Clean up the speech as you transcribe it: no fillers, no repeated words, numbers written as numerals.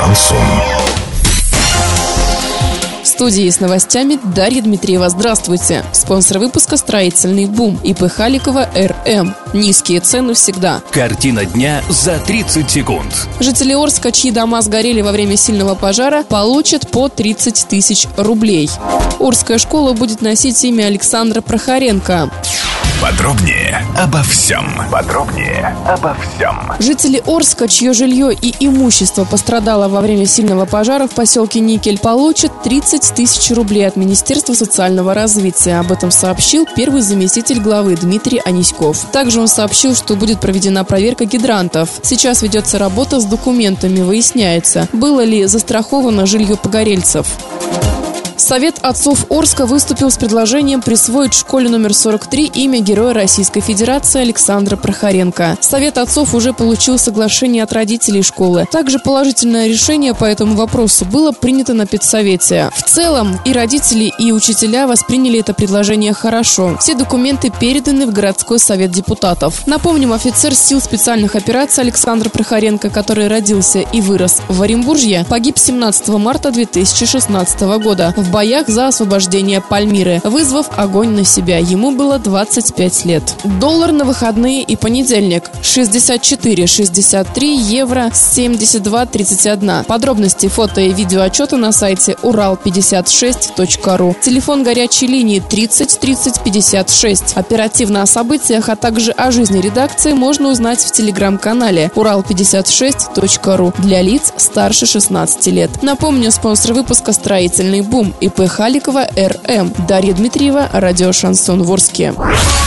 Шансон. В студии с новостями Дарья Дмитриева. Здравствуйте. Спонсор выпуска «Строительный бум». ИП Халикова РМ. Низкие цены всегда. Картина дня за 30 секунд. Жители Орска, чьи дома сгорели во время сильного пожара, получат по 30 тысяч рублей. Орская школа будет носить имя Александра Прохоренко. Подробнее обо всем. Жители Орска, чье жилье и имущество пострадало во время сильного пожара в поселке Никель, получат 30 тысяч рублей от Министерства социального развития. Об этом сообщил первый заместитель главы Дмитрий Аниськов. Также он сообщил, что будет проведена проверка гидрантов. Сейчас ведется работа с документами, выясняется, было ли застраховано жилье погорельцев. Совет отцов Орска выступил с предложением присвоить школе номер 43 имя Героя Российской Федерации Александра Прохоренко. Совет отцов уже получил соглашение от родителей школы. Также положительное решение по этому вопросу было принято на педсовете. В целом и родители, и учителя восприняли это предложение хорошо. Все документы переданы в городской совет депутатов. Напомним, офицер сил специальных операций Александр Прохоренко, который родился и вырос в Оренбурге, погиб 17 марта 2016 года в боях за освобождение Пальмиры, вызвав огонь на себя. Ему было 25 лет. Доллар на выходные и понедельник 64,63, евро 72,31. Подробности, фото и видеоотчеты на сайте урал56.ру. Телефон горячей линии 30 30 56. Оперативно о событиях, а также о жизни редакции можно узнать в телеграм-канале урал56.ру для лиц старше 16 лет. Напомню, спонсор выпуска «Строительный бум». ИП Халикова РМ. Дарья Дмитриева, радио «Шансон» в Орске.